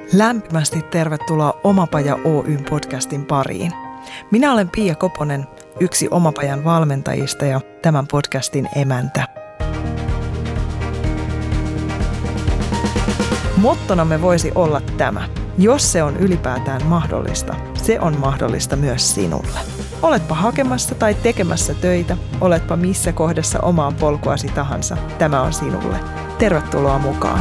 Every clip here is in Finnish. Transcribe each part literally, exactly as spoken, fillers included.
Lämpimästi tervetuloa Omapaja Oyn podcastin pariin. Minä olen Pia Koponen, yksi Omapajan valmentajista ja tämän podcastin emäntä. Mottonamme voisi olla tämä. Jos se on ylipäätään mahdollista, se on mahdollista myös sinulle. Oletpa hakemassa tai tekemässä töitä, oletpa missä kohdassa omaa polkuasi tahansa, tämä on sinulle. Tervetuloa mukaan.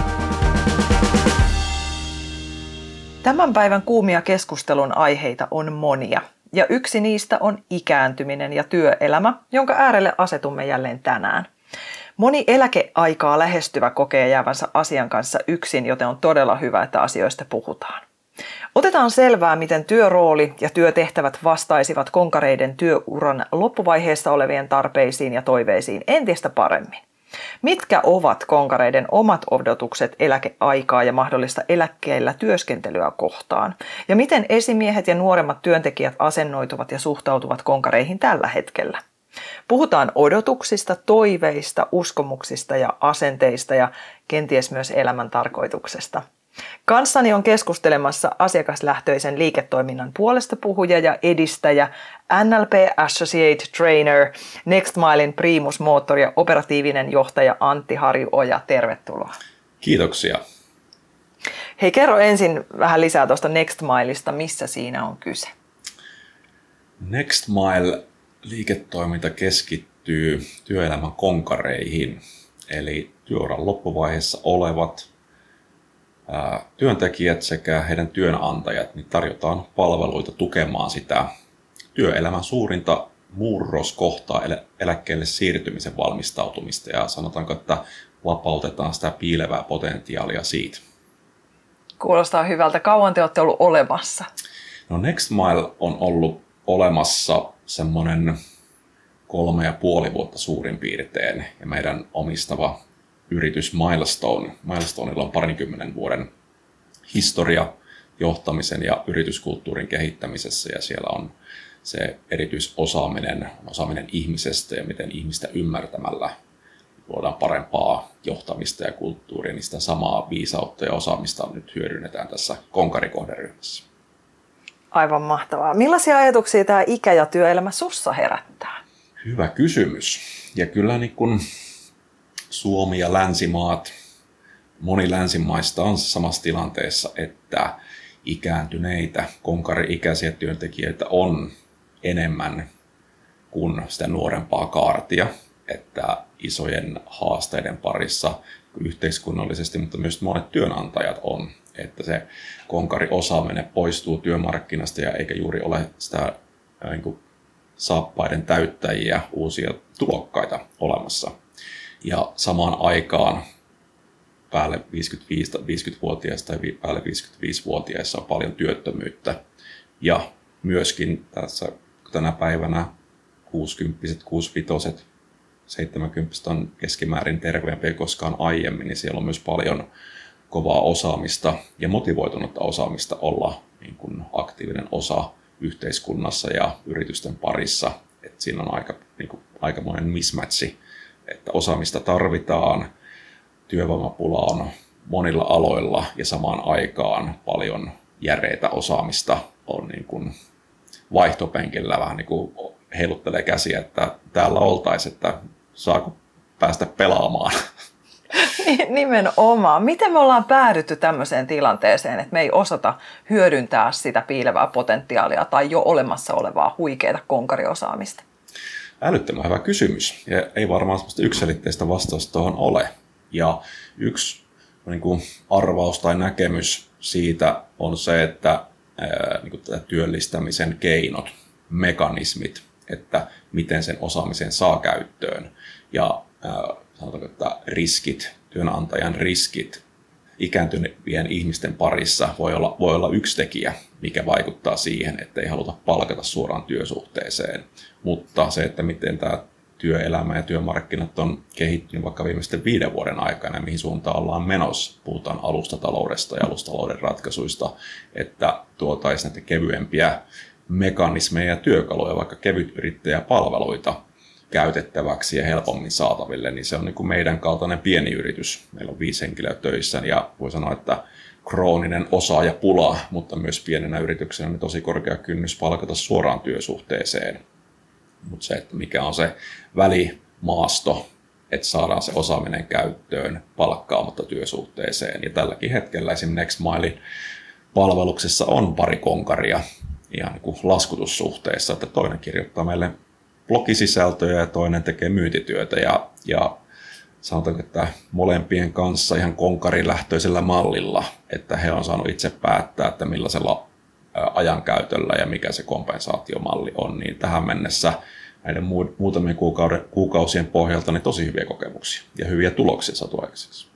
Tämän päivän kuumia keskustelun aiheita on monia, ja yksi niistä on ikääntyminen ja työelämä, jonka äärelle asetumme jälleen tänään. Moni eläkeaikaa lähestyvä kokee jäävänsä asian kanssa yksin, joten on todella hyvä, että asioista puhutaan. Otetaan selvää, miten työrooli ja työtehtävät vastaisivat konkareiden työuran loppuvaiheessa olevien tarpeisiin ja toiveisiin entistä paremmin. Mitkä ovat konkareiden omat odotukset eläkeaikaa ja mahdollista eläkkeellä työskentelyä kohtaan? Ja miten esimiehet ja nuoremmat työntekijät asennoituvat ja suhtautuvat konkareihin tällä hetkellä? Puhutaan odotuksista, toiveista, uskomuksista ja asenteista ja kenties myös elämän tarkoituksesta. Kanssani on keskustelemassa asiakaslähtöisen liiketoiminnan puolesta puhuja ja edistäjä, N L P Associate Trainer, Nextmilen primus motor ja operatiivinen johtaja Antti Harju-Oja. Tervetuloa. Kiitoksia. Hei, kerro ensin vähän lisää tuosta Nextmilesta, missä siinä on kyse? Nextmile-liiketoiminta keskittyy työelämän konkareihin, eli työuran loppuvaiheessa olevat työntekijät sekä heidän työnantajat, niin tarjotaan palveluita tukemaan sitä työelämän suurinta murroskohtaa eläkkeelle siirtymisen valmistautumista ja sanotaanko, että vapautetaan sitä piilevää potentiaalia siitä. Kuulostaa hyvältä. Kauan te olette ollut olemassa? No Nextmile on ollut olemassa semmoinen kolme ja puoli vuotta suurin piirtein ja meidän omistava yritys Milestone. Milestoneilla on parinkymmenen vuoden historia johtamisen ja yrityskulttuurin kehittämisessä ja siellä on se erityisosaaminen, osaaminen ihmisestä ja miten ihmistä ymmärtämällä luodaan parempaa johtamista ja kulttuuria, niin sitä samaa viisautta ja osaamista nyt hyödynnetään tässä konkarikohderyhmässä. Aivan mahtavaa. Millaisia ajatuksia tämä ikä ja työelämä sussa herättää? Hyvä kysymys. Ja kyllä niin kun Suomi ja länsimaat, moni länsimaista on samassa tilanteessa, että ikääntyneitä konkari-ikäisiä työntekijöitä on enemmän kuin sitä nuorempaa kaartia, että isojen haasteiden parissa yhteiskunnallisesti, mutta myös monet työnantajat on, että se konkariosaaminen poistuu työmarkkinasta ja eikä juuri ole sitä niin kuin saappaiden täyttäjiä, uusia tulokkaita olemassa. Ja samaan aikaan päälle viisikymmentäviisivuotiaissa tai päälle viisikymmentäviisivuotiaissa on paljon työttömyyttä. Ja myöskin tässä tänä päivänä kuusikymppiset, kuusikymmentäviitoset, seitsemänkymmentäviisi on keskimäärin terveempiä koskaan aiemmin, niin siellä on myös paljon kovaa osaamista ja motivoitunutta osaamista olla niin kuin aktiivinen osa yhteiskunnassa ja yritysten parissa. Et siinä on aika, niin kuin, aikamoinen mismatchi. Että osaamista tarvitaan, työvoimapula on monilla aloilla ja samaan aikaan paljon järeitä osaamista on niin kuin vaihtopenkillä vähän niin kuin heiluttelee käsiä, että täällä oltaisiin, että saako päästä pelaamaan. Nimenomaan. Miten me ollaan päädytty tämmöiseen tilanteeseen, että me ei osata hyödyntää sitä piilevää potentiaalia tai jo olemassa olevaa huikeaa konkariosaamista? Älyttömän hyvä kysymys ja ei varmaan sellaista yksiselitteistä vastausta tuohon ole. Ja yksi niin kuin arvaus tai näkemys siitä on se, että ää, niin kuin tätä työllistämisen keinot, mekanismit, että miten sen osaamisen saa käyttöön ja ää, sanotaanko, että riskit, työnantajan riskit ikääntyvien ihmisten parissa voi olla, voi olla yksi tekijä, mikä vaikuttaa siihen, että ei haluta palkata suoraan työsuhteeseen. Mutta se, että miten tämä työelämä ja työmarkkinat on kehittynyt vaikka viimeisten viiden vuoden aikana, mihin suuntaan ollaan menossa, puhutaan alustataloudesta ja alustatalouden ratkaisuista, että tuotaisiin näitä kevyempiä mekanismeja ja työkaluja, vaikka kevytyrittäjäpalveluita, käytettäväksi ja helpommin saataville, niin se on niin kuin meidän kaltainen pieni yritys. Meillä on viisi henkilöä töissä ja voi sanoa, että krooninen osaajapula, mutta myös pienenä yrityksenä niin tosi korkea kynnys palkata suoraan työsuhteeseen. Mutta se, että mikä on se välimaasto, että saadaan se osaaminen käyttöön palkkaamatta työsuhteeseen. Ja tälläkin hetkellä esimerkiksi Nextmilen palveluksessa on pari konkaria ihan niin kuin laskutussuhteessa, että toinen kirjoittaa meille blogisisältöjä ja toinen tekee myyntityötä. Ja, ja sanotaanko, että molempien kanssa ihan konkarilähtöisellä mallilla, että he on saanut itse päättää, että millaisella ajankäytöllä ja mikä se kompensaatiomalli on, niin tähän mennessä näiden muutamien kuukauden, kuukausien pohjalta niin tosi hyviä kokemuksia ja hyviä tuloksia saatu aikaiseksi.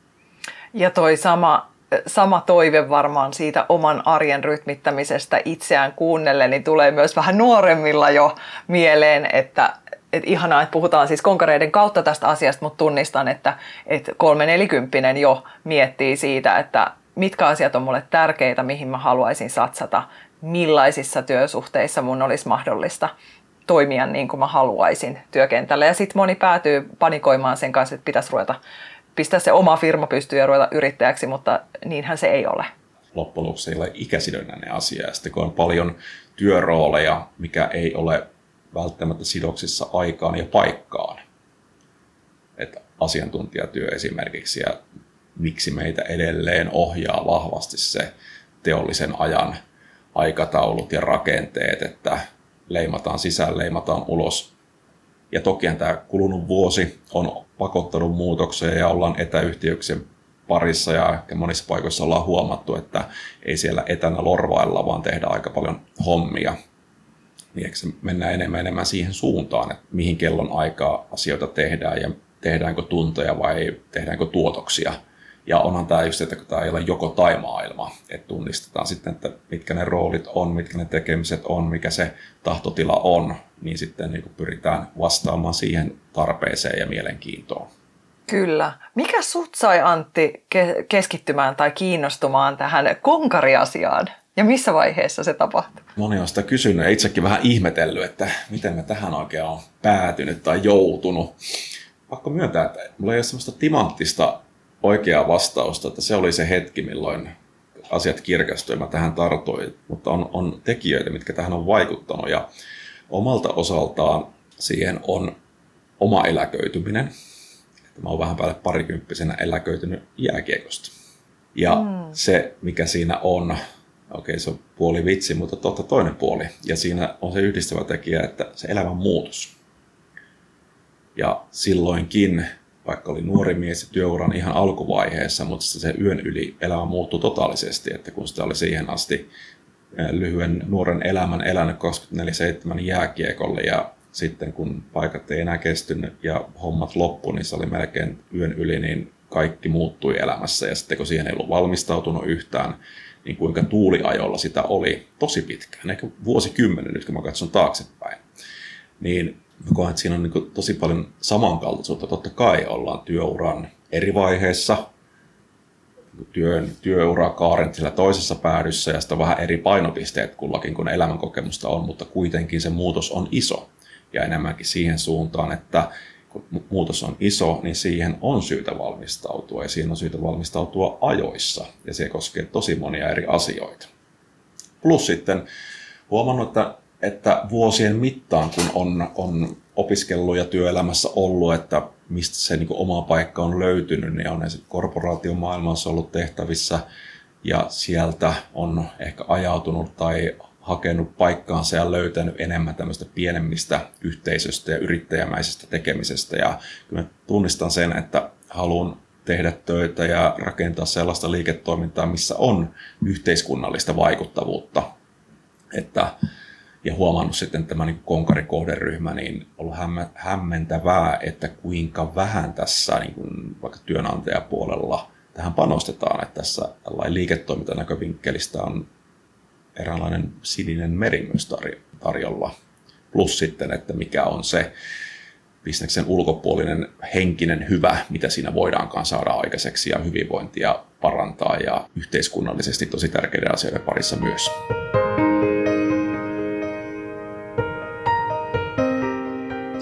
Ja toi sama, sama toive varmaan siitä oman arjen rytmittämisestä itseään kuunnellen, niin tulee myös vähän nuoremmilla jo mieleen, että et ihanaa, että puhutaan siis konkareiden kautta tästä asiasta, mutta tunnistan, että, että kolme nelikymppinen jo miettii siitä, että mitkä asiat on mulle tärkeitä, mihin mä haluaisin satsata, millaisissa työsuhteissa mun olisi mahdollista toimia niin kuin mä haluaisin työkentällä. Ja sitten moni päätyy panikoimaan sen kanssa, että pitäisi ruveta pistää se oma firma pystyyn ja ruveta yrittäjäksi, mutta niinhän se ei ole. Loppujen lopuksi ei ole ikäsidonnainen asia. Ja sitten kun on paljon työrooleja, mikä ei ole välttämättä sidoksissa aikaan ja paikkaan. Että asiantuntijatyö esimerkiksi ja miksi meitä edelleen ohjaa vahvasti se teollisen ajan aikataulut ja rakenteet, että leimataan sisään, leimataan ulos. Ja toki tämä kulunut vuosi on pakottanut muutokseen ja ollaan etäyhtiöksien parissa ja ehkä monissa paikoissa ollaan huomattu, että ei siellä etänä lorvailla, vaan tehdään aika paljon hommia. Niin se mennään enemmän enemmän siihen suuntaan, että mihin kellon aikaa asioita tehdään ja tehdäänkö tunteja vai tehdäänkö tuotoksia. Ja onhan tämä just, että kun tämä ei ole joko tai maailma, että tunnistetaan sitten, että mitkä ne roolit on, mitkä ne tekemiset on, mikä se tahtotila on, niin sitten niin pyritään vastaamaan siihen tarpeeseen ja mielenkiintoon. Kyllä. Mikä sut sai, Antti, keskittymään tai kiinnostumaan tähän konkariasiaan? Ja missä vaiheessa se tapahtui? Moni on sitä kysynyt ja itsekin vähän ihmetellyt, että miten mä tähän oikein olen päätynyt tai joutunut. Pakko myöntää, että mulla ei ole sellaista timanttista oikeaa vastausta, että se oli se hetki, milloin asiat kirkastuivat ja mä tähän tartuin. Mutta on, on tekijöitä, mitkä tähän on vaikuttanut ja omalta osaltaan siihen on oma eläköityminen. Että mä oon vähän päälle parikymppisenä eläköitynyt jääkiekosta. Ja mm. se, mikä siinä on, okei se on puoli vitsi, mutta totta toinen puoli. Ja siinä on se yhdistävä tekijä, että se elämän muutos. Ja silloinkin, vaikka oli nuori mies ja työuran ihan alkuvaiheessa, mutta se yön yli elämä muuttui totaalisesti, että kun sitä oli siihen asti lyhyen nuoren elämän elänyt kaksikymmentäneljä seitsemän jääkiekolle ja sitten kun paikat ei enää kestynyt ja hommat loppu, niin se oli melkein yön yli, niin kaikki muuttui elämässä ja sitten kun siihen ei ollut valmistautunut yhtään, niin kuinka tuuliajolla sitä oli tosi pitkään, ehkä vuosikymmenen nyt kun mä katson taaksepäin, niin mä koen, että siinä on niin tosi paljon samankaltaisuutta. Totta kai ollaan työuran eri vaiheessa, työn, työurakaaren sillä toisessa päädyssä ja sitten vähän eri painopisteet kullakin, kun elämänkokemusta on, mutta kuitenkin se muutos on iso. Ja enemmänkin siihen suuntaan, että kun muutos on iso, niin siihen on syytä valmistautua ja siihen on syytä valmistautua ajoissa. Ja se koskee tosi monia eri asioita. Plus sitten huomannut, että että vuosien mittaan, kun on, on opiskellut ja työelämässä ollut, että mistä se niin kuin oma paikka on löytynyt, niin on korporaatiomaailmassa ollut tehtävissä ja sieltä on ehkä ajautunut tai hakenut paikkaansa ja löytänyt enemmän tämmöistä pienemmistä yhteisöstä ja yrittäjämäisestä tekemisestä. Ja kyllä tunnistan sen, että haluan tehdä töitä ja rakentaa sellaista liiketoimintaa, missä on yhteiskunnallista vaikuttavuutta. Että ja huomannut sitten tämä niin konkarikohderyhmä, niin on ollut hämmentävää, että kuinka vähän tässä niin kuin vaikka työnantajapuolella tähän panostetaan. Että tässä liiketoimintanäkövinkkelistä on eräänlainen sininen meri myös tarjolla. Plus sitten, että mikä on se bisneksen ulkopuolinen henkinen hyvä, mitä siinä voidaankaan saada aikaiseksi ja hyvinvointia parantaa ja yhteiskunnallisesti tosi tärkeiden asioiden parissa myös.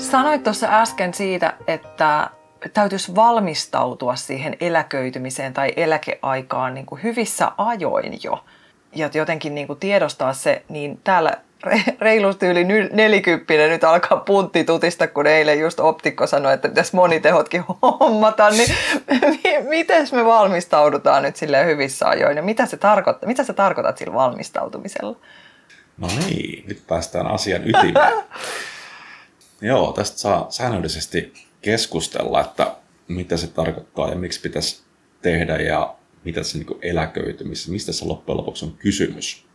Sanoit tuossa äsken siitä, että täytyisi valmistautua siihen eläköitymiseen tai eläkeaikaan niin kuin hyvissä ajoin jo. Ja jotenkin niin kuin tiedostaa se, niin täällä reilusti yli nelikymppinen nyt alkaa puntti tutista, kun eilen just optikko sanoi, että pitäisi monitehotkin hommata, niin miten me valmistaudutaan nyt silleen hyvissä ajoin ja mitä se tarkoittaa? Mitä sä tarkoitat sillä valmistautumisella? No niin, nyt päästään asian ytimeen. Joo, tästä saa säännöllisesti keskustella, että mitä se tarkoittaa ja miksi pitäisi tehdä ja mitä se niin kuin eläköitymis, mistä se loppujen lopuksi on kysymys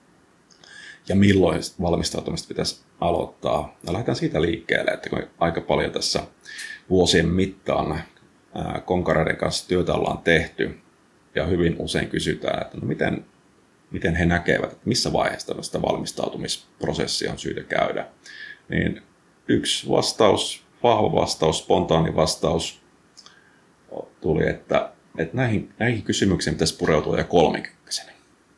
ja milloin valmistautumista pitäisi aloittaa. Ja lähdetään siitä liikkeelle, että kun aika paljon tässä vuosien mittaan konkareiden kanssa työtä ollaan tehty ja hyvin usein kysytään, että no miten, miten he näkevät, että missä vaiheessa tällaista valmistautumisprosessia on syytä käydä, niin yksi vastaus, vahva vastaus, spontaani vastaus tuli, että, että näihin, näihin kysymyksiin pitäisi pureutua jo kolmekymppisenä.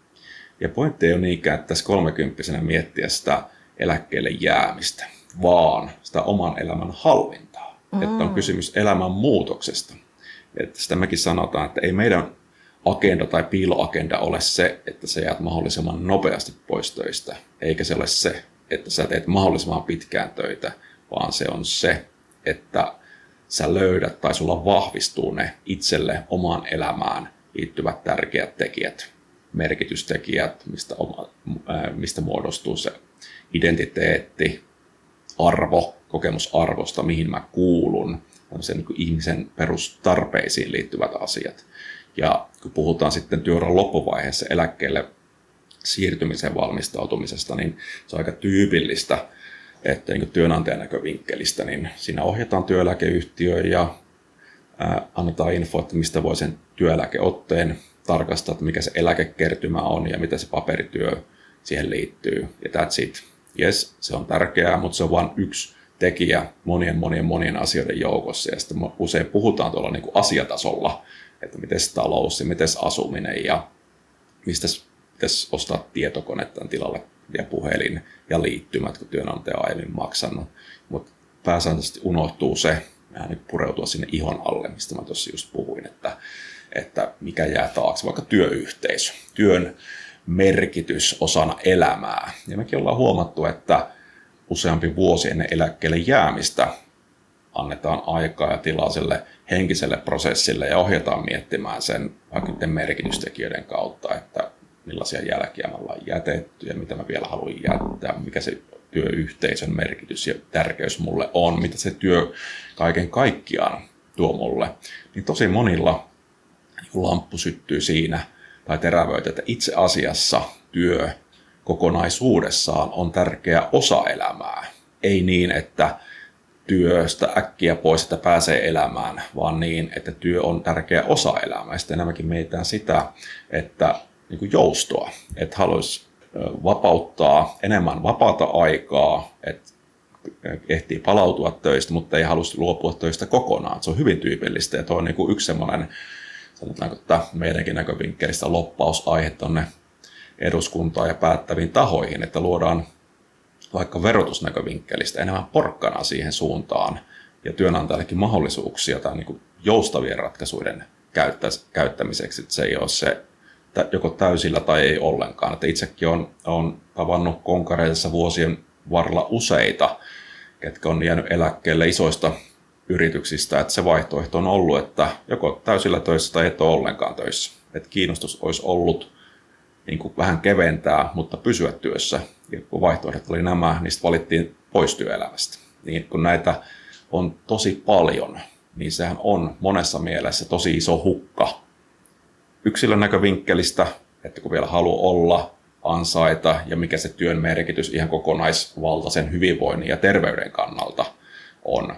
Ja pointti ei ole niinkään, että tässä kolmekymppisenä miettiä sitä eläkkeelle jäämistä, vaan sitä oman elämän hallintaa. Mm. Että on kysymys elämän muutoksesta. Että sitä mekin sanotaan, että ei meidän agenda tai piiloagenda ole se, että sä jäät mahdollisimman nopeasti pois töistä, eikä se ole se, että sä teet mahdollisimman pitkään töitä, vaan se on se, että sä löydät tai sulla vahvistuu ne itselle omaan elämään liittyvät tärkeät tekijät, merkitystekijät, mistä, oma, mistä muodostuu se identiteetti, arvo, kokemus arvosta, mihin mä kuulun, sen niin kuin ihmisen perustarpeisiin liittyvät asiat. Ja kun puhutaan sitten työuran loppuvaiheessa eläkkeelle siirtymisen valmistautumisesta, niin se on aika tyypillistä, että niin työnantajan näkövinkkelistä, niin siinä ohjataan työeläkeyhtiöön ja ää, annetaan info, että mistä voi sen työeläkeotteen tarkastaa, että mikä se eläkekertymä on ja mitä se paperityö siihen liittyy. Ja that's it. Yes, se on tärkeää, mutta se on vain yksi tekijä monien monien monien asioiden joukossa. Ja sitten usein puhutaan tuolla niin kuin asiatasolla, että miten talous ja miten asuminen ja mistä pitäisi ostaa tietokone tämän tilalle ja puhelin ja liittymät, kun työnantaja on aiemmin maksanut. Mutta pääsääntöisesti unohtuu se, vähän nyt pureutua sinne ihon alle, mistä mä tuossa just puhuin, että, että mikä jää taakse, vaikka työyhteisö, työn merkitys osana elämää. Ja mekin ollaan huomattu, että useampi vuosi ennen eläkkeelle jäämistä annetaan aikaa ja tilaa sille henkiselle prosessille ja ohjataan miettimään sen vaikka merkitystekijöiden kautta, että millaisia jälkiä me ollaan jätetty ja mitä mä vielä haluan jättää, mikä se työyhteisön merkitys ja tärkeys mulle on, mitä se työ kaiken kaikkiaan tuo mulle. Niin tosi monilla lamppu syttyy siinä tai terävöitä, että itse asiassa työ kokonaisuudessaan on tärkeä osa elämää. Ei niin, että työstä äkkiä pois, että pääsee elämään, vaan niin, että työ on tärkeä osa elämää. Sitten enemmänkin mietitään sitä, että niin kuin joustoa, että haluaisi vapauttaa enemmän vapaata aikaa, että ehtii palautua töistä, mutta ei halua luopua töistä kokonaan. Se on hyvin tyypillistä ja tuo on niin kuin yksi semmoinen, sanotaanko, että meidänkin näkövinkkelistä loppausaihe tuonne eduskuntaan ja päättäviin tahoihin, että luodaan vaikka verotusnäkövinkkelistä enemmän porkkana siihen suuntaan ja työnantajallekin mahdollisuuksia tai niin kuin joustavien ratkaisuiden käyttämiseksi, että se ei ole se joko täysillä tai ei ollenkaan. Että itsekin olen, olen tavannut konkareissa vuosien varrella useita, ketkä on jäänyt eläkkeelle isoista yrityksistä, että se vaihtoehto on ollut, että joko täysillä töissä tai et ole ollenkaan töissä. Että kiinnostus olisi ollut niin kuin vähän keventää, mutta pysyä työssä. Ja kun vaihtoehdot oli nämä, niistä valittiin pois työelämästä. Niin kun näitä on tosi paljon, niin sehän on monessa mielessä tosi iso hukka yksilön näkövinkkelistä, että kun vielä haluaa olla, ansaita ja mikä se työn merkitys ihan kokonaisvaltaisen hyvinvoinnin ja terveyden kannalta on.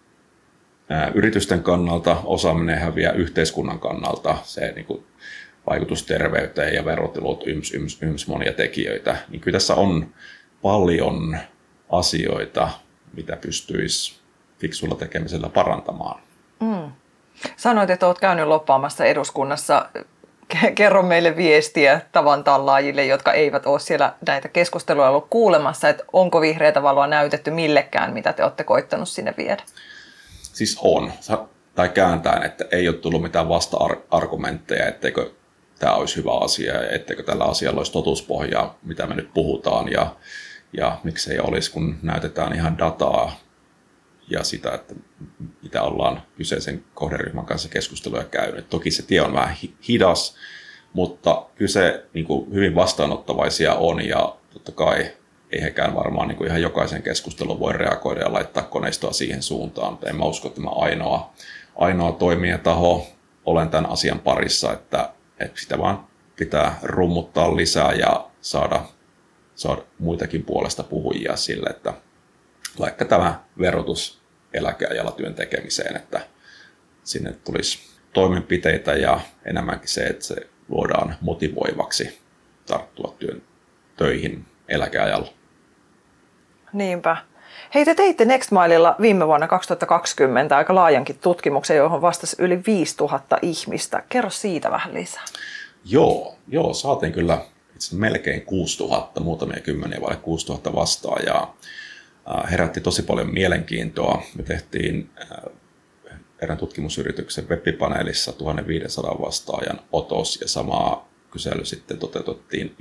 Yritysten kannalta osaaminen häviää, yhteiskunnan kannalta se niin kuin vaikutus terveyteen ja verotulot, yms, yms, yms monia tekijöitä. Niin kyllä tässä on paljon asioita, mitä pystyisi fiksulla tekemisellä parantamaan. Mm. Sanoit, että olet käynyt loppaamassa eduskunnassa. kerro meille viestiä tavan tallaajille, jotka eivät ole siellä näitä keskusteluja ollut kuulemassa, että onko vihreätä valoa näytetty millekään, mitä te olette koittanut sinne viedä? Siis on. Tai kääntäen, että ei ole tullut mitään vasta-argumentteja, etteikö tämä olisi hyvä asia ja etteikö tällä asialla olisi totuuspohjaa, mitä me nyt puhutaan ja, ja miksei olisi, kun näytetään ihan dataa ja sitä, että mitä ollaan kyseisen kohderyhmän kanssa keskusteluja käynyt. Toki se tie on vähän hidas, mutta kyse niin kuin hyvin vastaanottavaisia on ja totta kai ei hekään varmaan niin kuin ihan jokaisen keskustelun voi reagoida ja laittaa koneistoa siihen suuntaan, mutta en mä usko, että mä ainoa, ainoa toimijataho olen tämän asian parissa, että, että sitä vaan pitää rummuttaa lisää ja saada, saada muitakin puolesta puhujia sille, että vaikka tämä verotus eläkeajalla työn tekemiseen, että sinne tulisi toimenpiteitä ja enemmänkin se, että se luodaan motivoivaksi tarttua työn töihin eläkeajalla. Niinpä. Hei, te teitte Nextmaililla viime vuonna kaksituhattakaksikymmentä aika laajankin tutkimuksen, johon vastasi yli viisituhatta ihmistä. Kerro siitä vähän lisää. Joo, joo saatiin kyllä itse melkein kuusituhatta, muutamia kymmeniä vai kuusituhatta vastaajaa. Herätti tosi paljon mielenkiintoa. Me tehtiin erään tutkimusyrityksen web-paneelissa tuhatviisisataa vastaajan otos ja samaa kysely sitten toteutettiin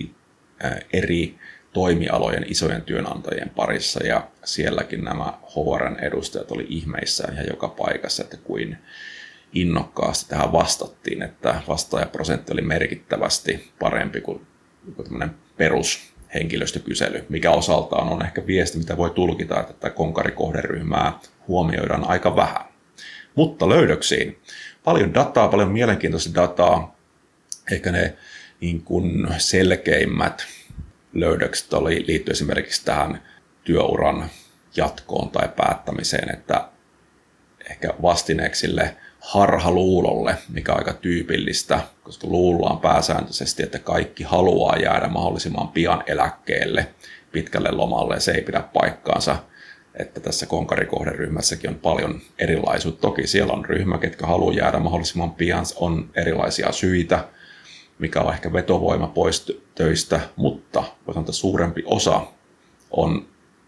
eri toimialojen isojen työnantajien parissa ja sielläkin nämä H R N edustajat oli ihmeissään ihan joka paikassa, että kuin innokkaasti tähän vastattiin, että vastaajaprosentti oli merkittävästi parempi kuin tämmöinen perushenkilöstökysely, mikä osaltaan on ehkä viesti, mitä voi tulkita, että tätä konkarikohderyhmää huomioidaan aika vähän. Mutta löydöksiin. Paljon dataa, paljon mielenkiintoista dataa. Ehkä ne niin kuin selkeimmät löydökset oli liittyy esimerkiksi tähän työuran jatkoon tai päättämiseen, että ehkä vastineeksi sille harhaluulolle, mikä on aika tyypillistä, koska luullaan pääsääntöisesti, että kaikki haluaa jäädä mahdollisimman pian eläkkeelle pitkälle lomalle, ja se ei pidä paikkaansa, että tässä konkarikohderyhmässäkin on paljon erilaisuutta. Toki siellä on ryhmä, ketkä haluaa jäädä mahdollisimman pian, on erilaisia syitä, mikä on ehkä vetovoima pois töistä, mutta voi sanoa, että suurempi osa on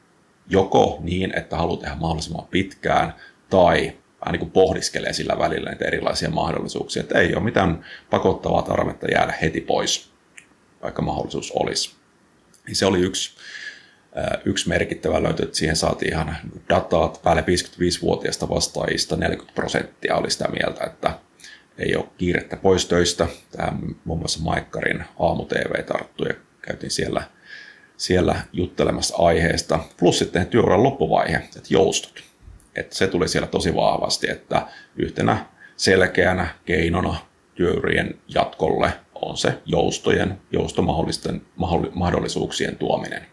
joko niin, että haluaa tehdä mahdollisimman pitkään, tai vähän niin kuin pohdiskelee sillä välillä niitä erilaisia mahdollisuuksia, että ei ole mitään pakottavaa tarvetta jäädä heti pois, vaikka mahdollisuus olisi. Se oli yksi, yksi merkittävä löytö, että siihen saatiin ihan dataa, että päälle viisikymmentäviisivuotiaista vastaajista neljäkymmentä prosenttia oli sitä mieltä, että ei ole kiirettä pois töistä. Tähän muun muassa Maikkarin aamu-T V tarttui ja käytiin siellä, siellä juttelemassa aiheesta. Plus sitten työuran loppuvaihe, että joustot. Että se tuli siellä tosi vahvasti, että yhtenä selkeänä keinona työurien jatkolle on se joustojen, joustomahdollisten mahdollisuuksien tuominen.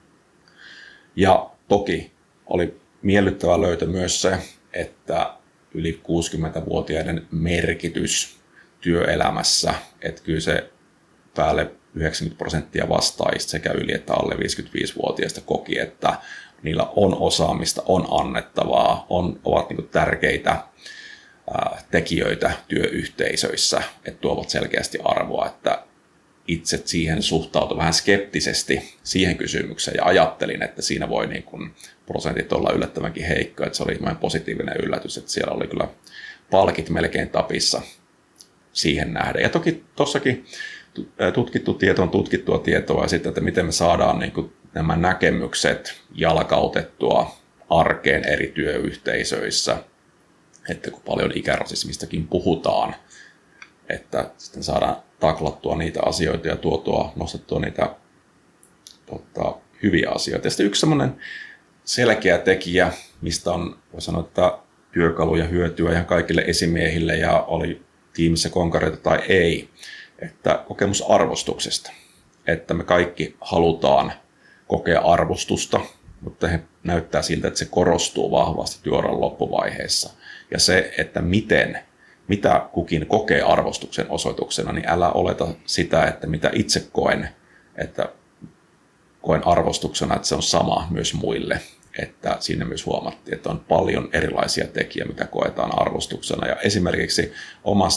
Ja toki oli miellyttävä löytö myös se, että yli kuusikymmentävuotiaiden merkitys työelämässä, että kyllä se päälle yhdeksänkymmentä prosenttia vastaajista sekä yli että alle viisikymmentäviisivuotiaista koki, että niillä on osaamista, on annettavaa, on, ovat niin kuin tärkeitä ää, tekijöitä työyhteisöissä, että tuovat selkeästi arvoa, että itse siihen suhtautui vähän skeptisesti siihen kysymykseen ja ajattelin, että siinä voi niin kuin prosentit olla yllättävänkin heikkoja, että se oli ihan positiivinen yllätys, että siellä oli kyllä palkit melkein tapissa siihen nähden. Ja toki tuossakin tutkittu tieto on tutkittua tietoa ja sitten, että miten me saadaan niin kuin nämä näkemykset jalkautettua arkeen eri työyhteisöissä, että kun paljon ikärasismistakin puhutaan, että sitten saadaan taklattua niitä asioita ja tuotua, nostettua niitä tota, hyviä asioita. Ja sitten yksi semmoinen selkeä tekijä, mistä on, voi sanoa, että työkaluja hyötyä ihan kaikille esimiehille ja oli tiimissä konkareita tai ei, että kokemus arvostuksesta, että me kaikki halutaan kokea arvostusta, mutta he näyttää siltä, että se korostuu vahvasti työuran loppuvaiheessa. Ja se, että miten, mitä kukin kokee arvostuksen osoituksena, niin älä oleta sitä, että mitä itse koen, että koen arvostuksena, että se on sama myös muille. Että siinä myös huomattiin, että on paljon erilaisia tekijä, mitä koetaan arvostuksena. Ja esimerkiksi omasta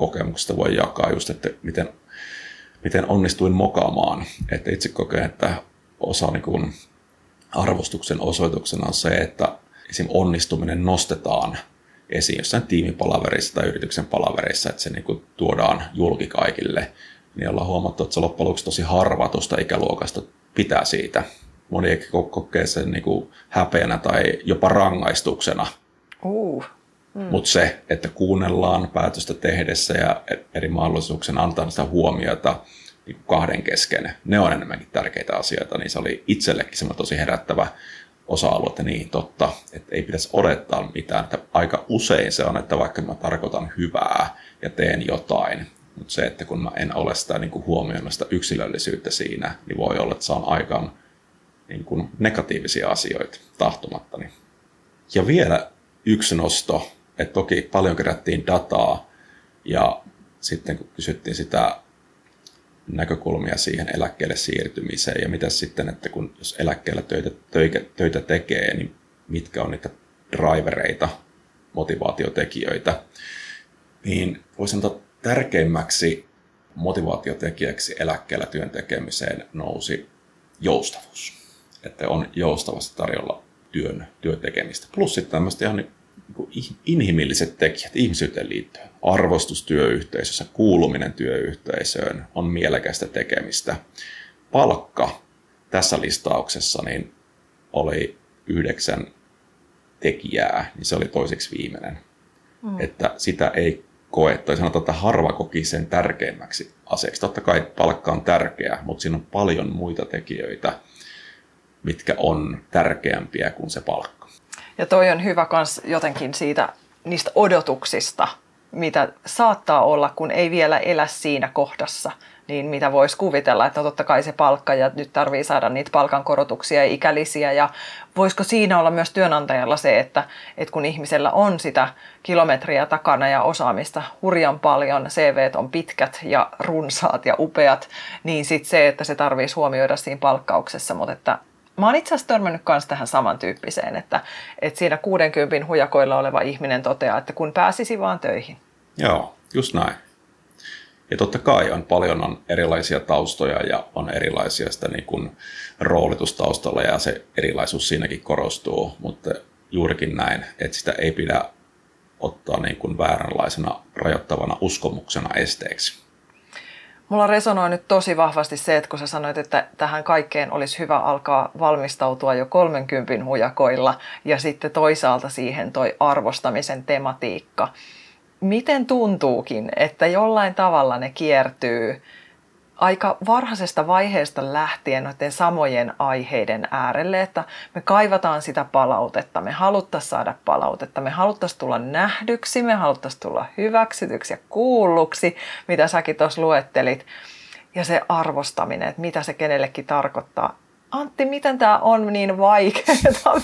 kokemuksesta voi jakaa just, että miten, miten onnistuin mokaamaan. Että itse kokeen, että osa niin kuin arvostuksen osoituksena on se, että esim. Onnistuminen nostetaan esiin jossain tiimipalaverissa tai yrityksen palaverissa, että se niin kuin tuodaan julki kaikille. Niin ollaan huomattu, että se loppujen lopuksi tosi harva tuosta ikäluokasta pitää siitä. Moni ei kokee sen niin kuin häpeänä tai jopa rangaistuksena. Uh. Mm. Mutta se, että kuunnellaan päätöstä tehdessä ja eri mahdollisuuksien antaa sitä huomiota niin kuin kahden kesken, ne on enemmänkin tärkeitä asioita, niin se oli itsellekin semmoinen tosi herättävä osa-alue, että niin totta, että ei pitäisi odottaa mitään. Että aika usein se on, että vaikka mä tarkoitan hyvää ja teen jotain, mutta se, että kun mä en ole sitä niin kuin huomioinut sitä yksilöllisyyttä siinä, niin voi olla, että saan aikaan niin kuin negatiivisia asioita tahtomattani. Ja vielä yksi nosto, että toki paljon kerättiin dataa ja sitten kun kysyttiin sitä näkökulmia siihen eläkkeelle siirtymiseen ja mitä sitten, että kun jos eläkkeellä töitä, töitä, töitä tekee, niin mitkä on niitä drivereita, motivaatiotekijöitä, niin voisi sanoa tärkeimmäksi motivaatiotekijäksi eläkkeellä työn tekemiseen nousi joustavuus. Että on joustavasti tarjolla työn, työn tekemistä. Plus sitten tämmöistä ihan niin inhimilliset tekijät ihmisyyteen liittyen. Arvostus työyhteisössä, kuuluminen työyhteisöön on mielekästä tekemistä. Palkka tässä listauksessa niin oli yhdeksän tekijää, niin se oli toiseksi viimeinen. Mm. Että sitä ei koe, tai sanotaan, että harva koki sen tärkeimmäksi asiaksi. Totta kai palkka on tärkeä, mutta siinä on paljon muita tekijöitä, mitkä on tärkeämpiä kuin se palkka. Ja toi on hyvä kans jotenkin siitä, niistä odotuksista, mitä saattaa olla, kun ei vielä elä siinä kohdassa, niin mitä voisi kuvitella, että no totta kai se palkka ja nyt tarvii saada niitä palkankorotuksia ja ikälisiä ja voisiko siinä olla myös työnantajalla se, että, että kun ihmisellä on sitä kilometriä takana ja osaamista hurjan paljon, C V:t on pitkät ja runsaat ja upeat, niin sitten se, että se tarvitsisi huomioida siinä palkkauksessa, mutta että mä oon itse asiassa törmännyt myös tähän samantyyppiseen, että, että siinä kuudenkympin hujakoilla oleva ihminen toteaa, että kun pääsisi vaan töihin. Joo, just näin. Ja totta kai on paljon on erilaisia taustoja ja on erilaisia sitä niin kuin roolitustaustalla ja se erilaisuus siinäkin korostuu, mutta juurikin näin, että sitä ei pidä ottaa niin kuin vääränlaisena rajoittavana uskomuksena esteeksi. Mulla resonoi nyt tosi vahvasti se, että kun sä sanoit, että tähän kaikkeen olisi hyvä alkaa valmistautua jo kolmenkympin hujakoilla ja sitten toisaalta siihen toi arvostamisen tematiikka. Miten tuntuukin, että jollain tavalla ne kiertyy aika varhaisesta vaiheesta lähtien noiden samojen aiheiden äärelle, että me kaivataan sitä palautetta, me haluttaisiin saada palautetta, me haluttaisiin tulla nähdyksi, me haluttaisiin tulla hyväksytyksi ja kuulluksi, mitä säkin tuossa luettelit, ja se arvostaminen, että mitä se kenellekin tarkoittaa. Antti, miten tämä on niin vaikeaa?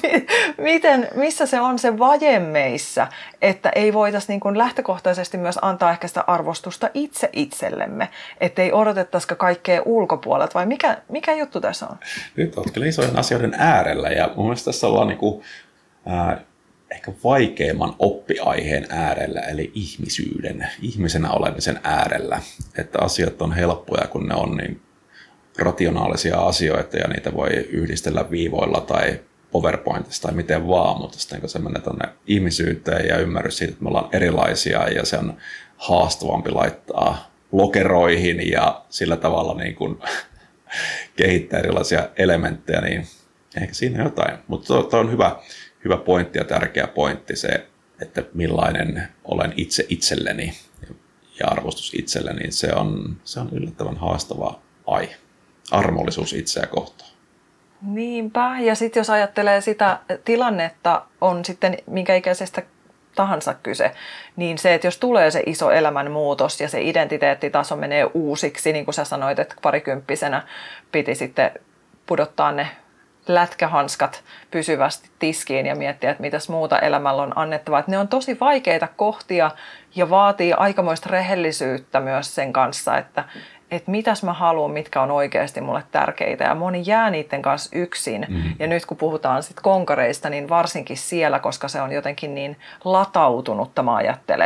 Miten, missä se on se vaje meissä, että ei voitaisiin niin kuin lähtökohtaisesti myös antaa ehkä sitä arvostusta itse itsellemme, että ei odotettaisikaan kaikkea ulkopuolelta, vai mikä, mikä juttu tässä on? Nyt olet kyllä isojen asioiden äärellä, ja mun mielestä tässä ollaan niin kuin, äh, ehkä vaikeimman oppiaiheen äärellä, eli ihmisyyden, ihmisenä olemisen äärellä, että asiat on helppoja, kun ne on niin rationaalisia asioita ja niitä voi yhdistellä viivoilla tai PowerPointissa tai miten vaan, mutta sitten kun se menee tuonne ihmisyyteen ja ymmärrys siitä, että me ollaan erilaisia ja se on haastavampi laittaa lokeroihin ja sillä tavalla niin kuin kehittää erilaisia elementtejä, niin ehkä siinä jotain. Mutta tuo on hyvä, hyvä pointti ja tärkeä pointti se, että millainen olen itse itselleni ja arvostus itselleni, niin se on, se on yllättävän haastava aihe. Armollisuus itseä kohtaan. Niinpä. Ja sitten jos ajattelee sitä tilannetta, on sitten minkä ikäisestä tahansa kyse, niin se, että jos tulee se iso elämänmuutos ja se identiteettitaso menee uusiksi, niin kuin sä sanoit, että parikymppisenä piti sitten pudottaa ne lätkähanskat pysyvästi tiskiin ja miettiä, että mitäs muuta elämällä on annettavaa. Että ne on tosi vaikeita kohtia ja vaatii aikamoista rehellisyyttä myös sen kanssa, että että mitäs mä haluan, mitkä on oikeasti mulle tärkeitä. Ja moni jää niiden kanssa yksin. Mm-hmm. Ja nyt kun puhutaan sit konkareista, niin varsinkin siellä, koska se on jotenkin niin latautunutta, mä ajattelen,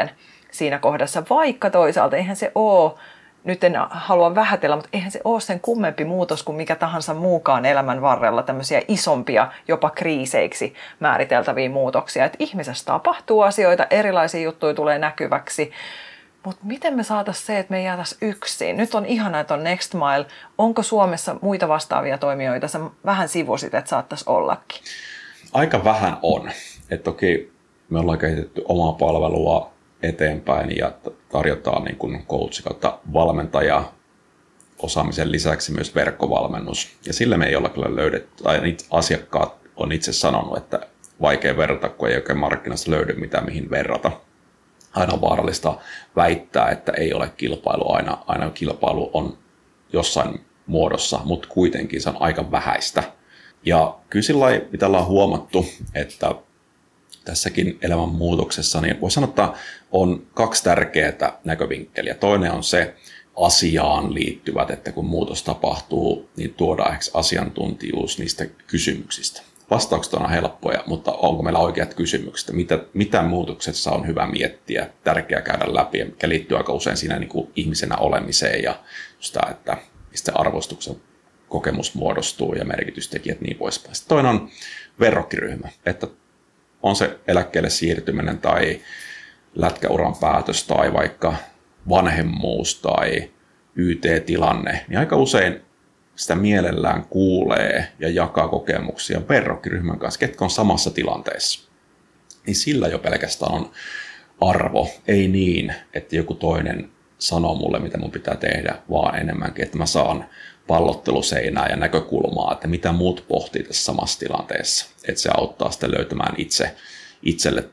siinä kohdassa, vaikka toisaalta eihän se ole, nyt en halua vähätellä, mutta eihän se ole sen kummempi muutos kuin mikä tahansa muukaan elämän varrella tämmöisiä isompia, jopa kriiseiksi määriteltäviä muutoksia. Että ihmisessä tapahtuu asioita, erilaisia juttuja tulee näkyväksi, mutta miten me saataisiin se, että me ei jäätäisi yksin? Nyt on ihana, että on Next Mile. Onko Suomessa muita vastaavia toimijoita? Sä vähän sivusit, että saattaisi ollakin. Aika vähän on. Et toki me ollaan kehitetty omaa palvelua eteenpäin ja tarjotaan niin kuin coach kautta valmentaja osaamisen lisäksi myös verkkovalmennus. Ja sillä me ei olla kyllä löydetty, tai asiakkaat on itse sanonut, että vaikea verrata, kun ei oikein markkinasta löydy mitään mihin verrata. Aina on vaarallista väittää, että ei ole kilpailu. Aina, aina kilpailu on jossain muodossa, mutta kuitenkin se on aika vähäistä. Ja kyllä sillä lailla, mitä ollaan huomattu, että tässäkin elämänmuutoksessa, niin voi sanoa, että on kaksi tärkeää näkövinkkeliä. Toinen on se asiaan liittyvät, että kun muutos tapahtuu, niin tuodaan asiantuntijuus niistä kysymyksistä. Vastaukset on helppoja, mutta onko meillä oikeat kysymykset? Mitä, mitä muutoksessa on hyvä miettiä, tärkeää käydä läpi, mikä liittyy aika usein siinä niin kuin ihmisenä olemiseen ja sitä, että mistä arvostuksen kokemus muodostuu ja merkitystekijät niin poispäin. Sitten toinen on verrokkiryhmä, että on se eläkkeelle siirtyminen tai lätkäuran päätös tai vaikka vanhemmuus tai Y T-tilanne, niin aika usein sitä mielellään kuulee ja jakaa kokemuksia verrokkiryhmän kanssa, ketkä on samassa tilanteessa. Niin sillä jo pelkästään on arvo, ei niin, että joku toinen sanoo mulle, mitä mun pitää tehdä, vaan enemmänkin, että mä saan pallotteluseinää ja näkökulmaa, että mitä muut pohtii tässä samassa tilanteessa. Että se auttaa sitten löytämään itse, itselle,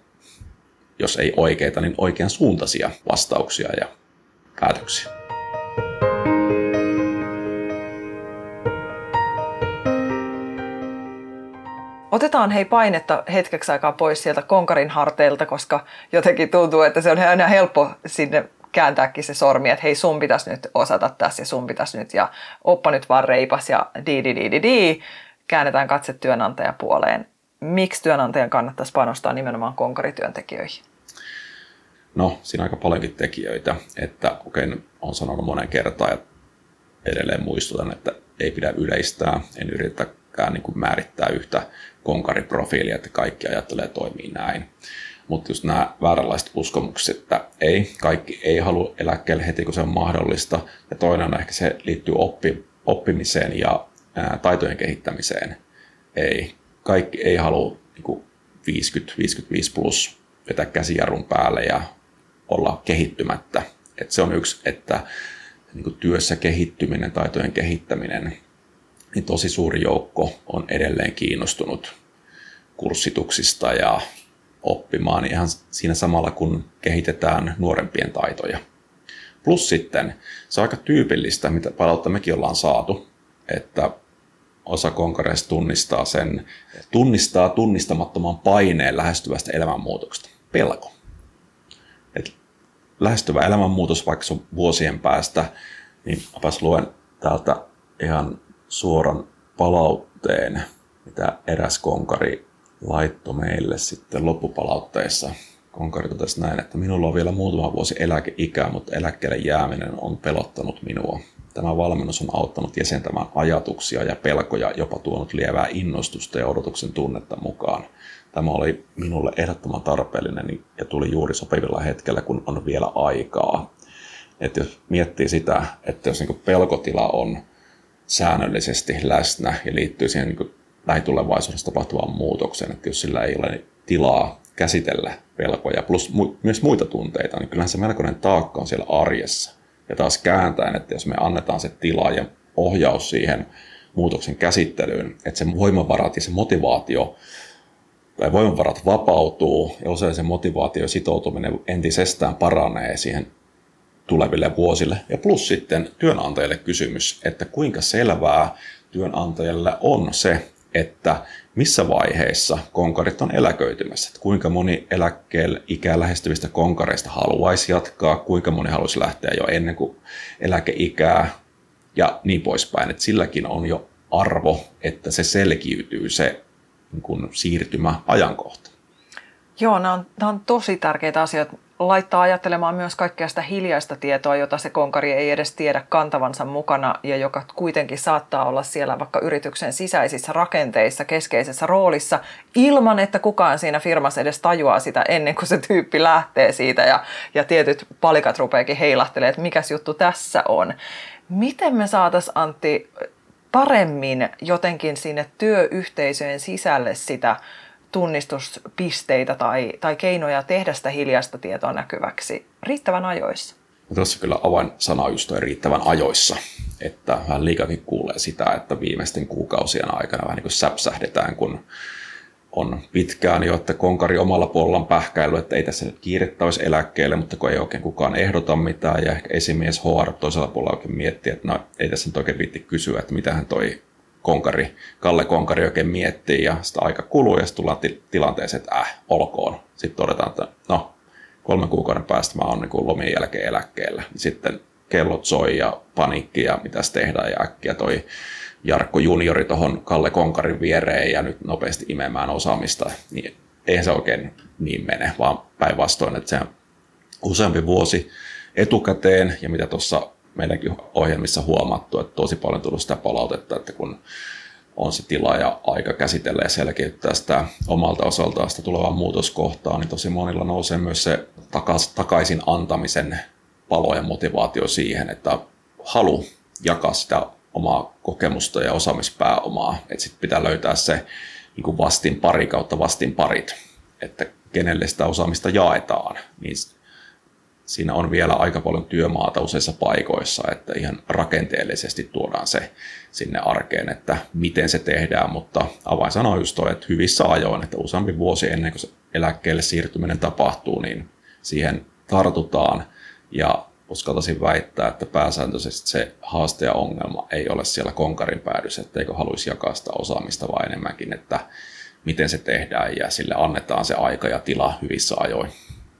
jos ei oikeita, niin oikean suuntaisia vastauksia ja päätöksiä. Otetaan hei painetta hetkeksi aikaa pois sieltä konkarin harteilta, koska jotenkin tuntuu, että se on aina helppo sinne kääntääkin se sormi, että hei sun pitäisi nyt osata tässä ja sun pitäisi nyt ja oppa nyt vaan reipas ja di di di di di. Käännetään katse työnantajapuoleen. Miksi työnantajan kannattaisi panostaa nimenomaan konkarityöntekijöihin? No, siinä on aika paljonkin tekijöitä, että okei, olen sanonut monen kertaan ja edelleen muistutan, että ei pidä yleistää, en yritäkään niin kuin määrittää yhtä konkariprofiilia, että kaikki ajattelee toimii näin. Mutta just nämä vääränlaiset uskomukset, että ei, kaikki ei halua eläkkeelle heti, kun se on mahdollista. Ja toinen on ehkä se liittyy oppi, oppimiseen ja ää, taitojen kehittämiseen. Ei, kaikki ei halua niin viisikymmentä viisikymmentäviisi plus vetää käsijarrun päälle ja olla kehittymättä. Et se on yksi, että niin työssä kehittyminen, taitojen kehittäminen, niin tosi suuri joukko on edelleen kiinnostunut kurssituksista ja oppimaan ihan siinä samalla, kun kehitetään nuorempien taitoja. Plus sitten se on aika tyypillistä, mitä palautta mekin ollaan saatu, että osa konkareista tunnistaa sen, tunnistaa tunnistamattoman paineen lähestyvästä elämänmuutoksesta. Pelko. Et lähestyvä elämänmuutos, vaikka se on vuosien päästä, niin mäpäs luen täältä ihan suoran palautteen, mitä eräs konkari laittoi meille sitten loppupalautteessa. Konkari totesi näin, että minulla on vielä muutama vuosi eläkeikää, mutta eläkkeelle jääminen on pelottanut minua. Tämä valmennus on auttanut jäsentämään ajatuksia ja pelkoja, jopa tuonut lievää innostusta ja odotuksen tunnetta mukaan. Tämä oli minulle ehdottoman tarpeellinen ja tuli juuri sopivilla hetkellä, kun on vielä aikaa. Että jos miettii sitä, että jos niin pelkotila on säännöllisesti läsnä ja liittyy siihen niin lähitulevaisuudessa tapahtuvaan muutokseen, että jos sillä ei ole tilaa käsitellä pelkoja plus mu- myös muita tunteita, niin kyllähän se melkoinen taakka on siellä arjessa. Ja taas kääntäen, että jos me annetaan se tila ja ohjaus siihen muutoksen käsittelyyn, että se voimavarat ja se motivaatio tai voimavarat vapautuu ja usein se motivaatio ja sitoutuminen entisestään paranee siihen tuleville vuosille. Ja plus sitten työnantajalle kysymys, että kuinka selvää työnantajalle on se, että missä vaiheessa konkarit on eläköitymässä. Että kuinka moni eläkkeelle ikää lähestyvistä konkareista haluaisi jatkaa, kuinka moni haluaisi lähteä jo ennen kuin eläkeikää ja niin poispäin. Että silläkin on jo arvo, että se selkiytyy se niin kuin siirtymäajankohta. Joo, nämä on, nämä on tosi tärkeitä asioita. laittaa ajattelemaan myös kaikkea sitä hiljaista tietoa, jota se konkari ei edes tiedä kantavansa mukana ja joka kuitenkin saattaa olla siellä vaikka yrityksen sisäisissä rakenteissa keskeisessä roolissa ilman, että kukaan siinä firmassa edes tajuaa sitä ennen kuin se tyyppi lähtee siitä ja, ja tietyt palikat rupeakin heilahtelemaan, että mikäs juttu tässä on. Miten me saataisiin, Antti, paremmin jotenkin sinne työyhteisöjen sisälle sitä tunnistuspisteitä tai, tai keinoja tehdä sitä hiljaista tietoa näkyväksi riittävän ajoissa? Tässä kyllä avainsana on just toi riittävän ajoissa, että vähän liikakin kuulee sitä, että viimeisten kuukausien aikana vähän niin kuin säpsähdetään, kun on pitkään jo, että konkari omalla puolellaan pähkäily, että ei tässä nyt kiirettä olisi eläkkeelle, mutta kun ei oikein kukaan ehdota mitään ja ehkä esimies H R toisella puolella oikein miettii, että no ei tässä nyt oikein viitti kysyä, että mitähän toi konkari, Kalle Konkari oikein miettii ja sitä aika kuluu ja sitten tullaan til- tilanteeseen, että äh, olkoon. Sitten todetaan, että no kolmen kuukauden päästä mä oon niin lomien jälkeen eläkkeellä. Sitten kellot soi ja paniikki ja mitäs tehdään ja äkkiä toi Jarkko juniori tuohon Kalle Konkarin viereen ja nyt nopeasti imemään osaamista, niin eihän se oikein niin mene, vaan päinvastoin, että se useampi vuosi etukäteen ja mitä tuossa meidänkin ohjelmissa huomattu, että tosi paljon tullut sitä palautetta, että kun on se tila ja aika käsitellä ja selkeyttää sitä omalta osaltaan sitä tulevaa muutoskohtaa, niin tosi monilla nousee myös se takaisin antamisen palo ja motivaatio siihen, että halu jakaa sitä omaa kokemusta ja osaamispääomaa, että sitten pitää löytää se niin kuin vastin pari kautta vastin parit, että kenelle sitä osaamista jaetaan, niin siinä on vielä aika paljon työmaata useissa paikoissa, että ihan rakenteellisesti tuodaan se sinne arkeen, että miten se tehdään, mutta avainsana on just toi, että hyvissä ajoin, että useampi vuosi ennen kuin se eläkkeelle siirtyminen tapahtuu, niin siihen tartutaan ja uskaltaisin väittää, että pääsääntöisesti se haaste ja ongelma ei ole siellä konkarin päädyssä, etteikö haluaisi jakaa sitä osaamista, vaan enemmänkin, että miten se tehdään ja sille annetaan se aika ja tila hyvissä ajoin.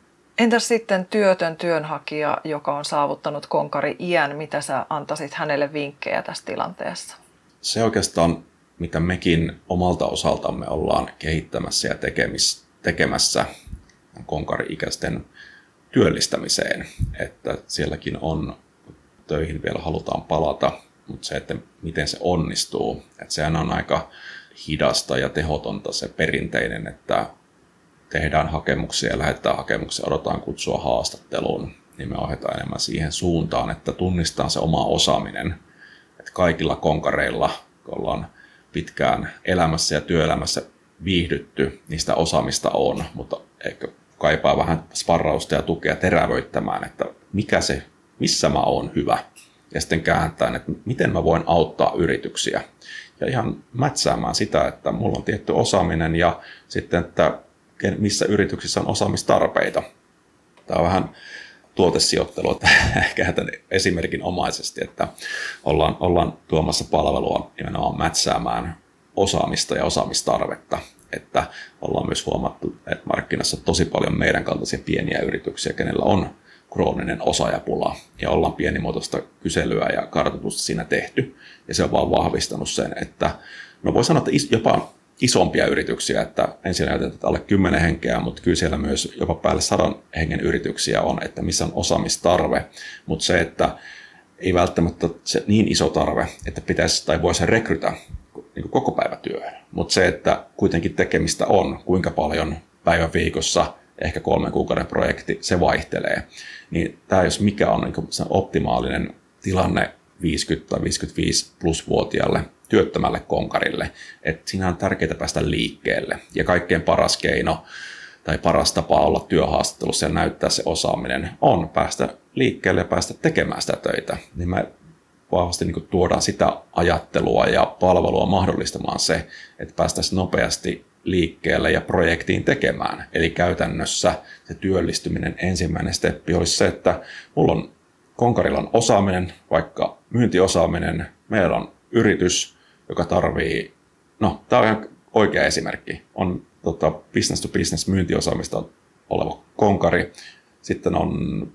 Entäs sitten työtön työnhakija, joka on saavuttanut konkari-iän, mitä sä antaisit hänelle vinkkejä tässä tilanteessa? Se oikeastaan, mitä mekin omalta osaltamme ollaan kehittämässä ja tekemässä konkari-ikäisten työllistämiseen, että sielläkin on töihin vielä halutaan palata, mutta se, että miten se onnistuu, että sehän on aika hidasta ja tehotonta se perinteinen, että tehdään hakemuksia ja lähetetään hakemuksia, odotetaan kutsua haastatteluun, niin me ohjataan enemmän siihen suuntaan, että tunnistetaan se oma osaaminen, että kaikilla konkareilla, kun ollaan pitkään elämässä ja työelämässä viihdytty, niin sitä osaamista on, mutta ehkä kaipaa vähän sparrausta ja tukea terävöittämään, että mikä se, missä mä oon hyvä. Ja sitten kääntään, että miten mä voin auttaa yrityksiä. Ja ihan mätsäämään sitä, että mulla on tietty osaaminen ja sitten, että missä yrityksissä on osaamistarpeita. Tämä on vähän tuotesijoittelua, että ehkä tämän esimerkin omaisesti, että ollaan, ollaan tuomassa palvelua nimenomaan mätsäämään osaamista ja osaamistarvetta. Että ollaan myös huomattu, että markkinassa on tosi paljon meidän kaltaisia pieniä yrityksiä, kenellä on krooninen osaajapula. Ja ollaan pienimuotoista kyselyä ja kartoitusta siinä tehty. Ja se on vaan vahvistanut sen, että no voi sanoa, että jopa isompia yrityksiä, että ensin näytetään, että alle kymmenen henkeä, mutta kyllä siellä myös jopa päälle sadan hengen yrityksiä on, että missä on osaamistarve. Mutta se, että ei välttämättä se niin iso tarve, että pitäisi tai voisi rekrytä niin koko päivätyöhön. Mutta se, että kuitenkin tekemistä on, kuinka paljon päivän viikossa, ehkä kolmen kuukauden projekti, se vaihtelee. Niin tämä jos mikä on niin se optimaalinen tilanne viisikymmentä- tai viisikymmentäviisi plus-vuotiaalle työttömälle konkarille. Että siinä on tärkeää päästä liikkeelle. Ja kaikkein paras keino tai paras tapa olla työhaastattelussa ja näyttää se osaaminen on päästä liikkeelle ja päästä tekemään sitä töitä. Niin me vahvasti niin kuin tuodaan sitä ajattelua ja palvelua mahdollistamaan se, että päästäisiin nopeasti liikkeelle ja projektiin tekemään. Eli käytännössä se työllistyminen ensimmäinen steppi olisi se, että mulla on konkarilla on osaaminen, vaikka myyntiosaaminen, meillä on yritys, joka tarvii, no tämä on ihan oikea esimerkki, on tota, business to business myyntiosaamista oleva konkari, sitten on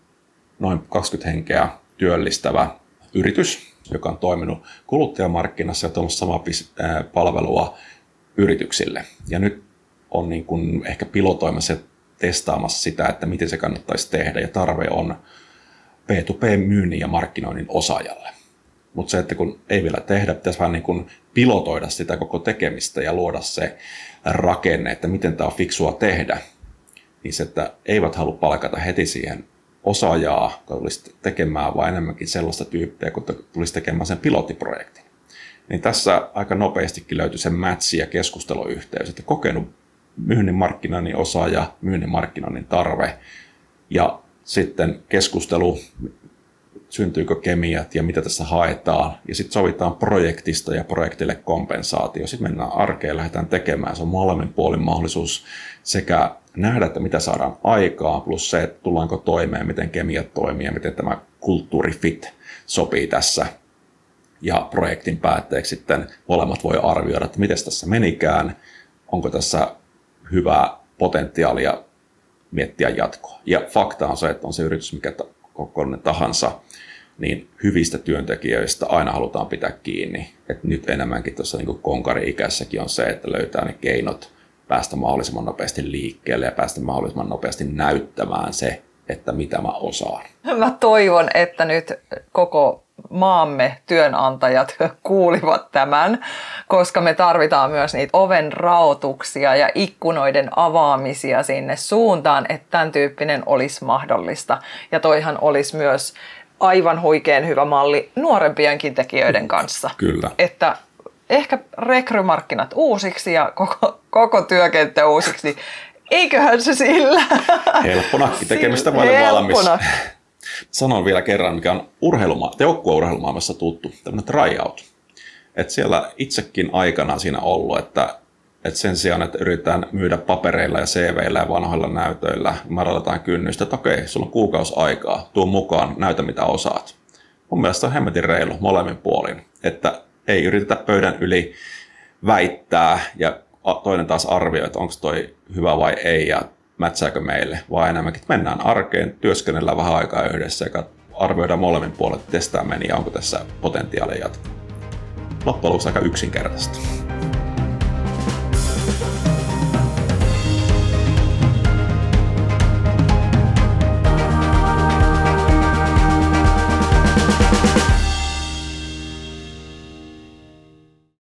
noin kaksikymmentä henkeä työllistävä yritys, joka on toiminut kuluttajamarkkinassa ja tuonut samaa palvelua yrityksille. Ja nyt on niin kuin ehkä pilotoimassa ja testaamassa sitä, että miten se kannattaisi tehdä, ja tarve on B to B-myynnin ja markkinoinnin osaajalle. Mutta se, että kun ei vielä tehdä, pitäisi vähän niin kuin pilotoida sitä koko tekemistä ja luoda se rakenne, että miten tämä on fiksua tehdä, niin se, että eivät halua palkata heti siihen osaajaa, joka tulisi tekemään, vaan enemmänkin sellaista tyyppiä, kun tulisi tekemään sen pilottiprojektin. Niin tässä aika nopeastikin löytyi se matchi ja keskusteluyhteys, että kokenut myynnin markkinoinnin osaaja, myynnin markkinoinnin tarve ja sitten keskustelu, syntyykö kemiat ja mitä tässä haetaan. Ja sitten sovitaan projektista ja projektille kompensaatio. Sitten mennään arkeen ja lähdetään tekemään. Se on molemmin puolin mahdollisuus sekä nähdä, että mitä saadaan aikaan, plus se, että tullaanko toimeen, miten kemiat toimii ja miten tämä kulttuurifit sopii tässä. Ja projektin päätteeksi sitten molemmat voi arvioida, että miten tässä menikään, onko tässä hyvää potentiaalia miettiä jatkoa. Ja fakta on se, että on se yritys mikä kokoinen tahansa, niin hyvistä työntekijöistä aina halutaan pitää kiinni. Et nyt enemmänkin tuossa niin konkari-ikässäkin on se, että löytää ne keinot päästä mahdollisimman nopeasti liikkeelle ja päästä mahdollisimman nopeasti näyttämään se, että mitä mä osaan. Mä toivon, että nyt koko maamme työnantajat kuulivat tämän, koska me tarvitaan myös niitä oven raotuksia ja ikkunoiden avaamisia sinne suuntaan, että tämän tyyppinen olisi mahdollista. Ja toihan olisi myös aivan huikean hyvä malli nuorempienkin tekijöiden kanssa. Kyllä. Että ehkä rekrymarkkinat uusiksi ja koko, koko työkenttä uusiksi. Eiköhän se sillä. Helppo nakki, tekemistä paljon valmis. Sanon vielä kerran, mikä on urheiluma- joukkueurheilumaailmassa tuttu, tämmöinen tryout. Että siellä itsekin aikana siinä ollut, että, että sen sijaan, että yritetään myydä papereilla ja C V:illä ja vanhoilla näytöillä, madalletaan kynnystä, että okei, sulla on kuukausi aikaa, tuu mukaan, näytä mitä osaat. Mun mielestä on hemmetin reilu molemmin puolin, että ei yritetä pöydän yli väittää ja toinen taas arvioi, että onko toi hyvä vai ei ja mätsääkö meille, vaan enemmänkin, että mennään arkeen, työskennellään vähän aikaa yhdessä ja arvioidaan molemmin puolet, testaa meni ja onko tässä potentiaalia jatkoa. Loppujen lopuksi aika yksinkertaista.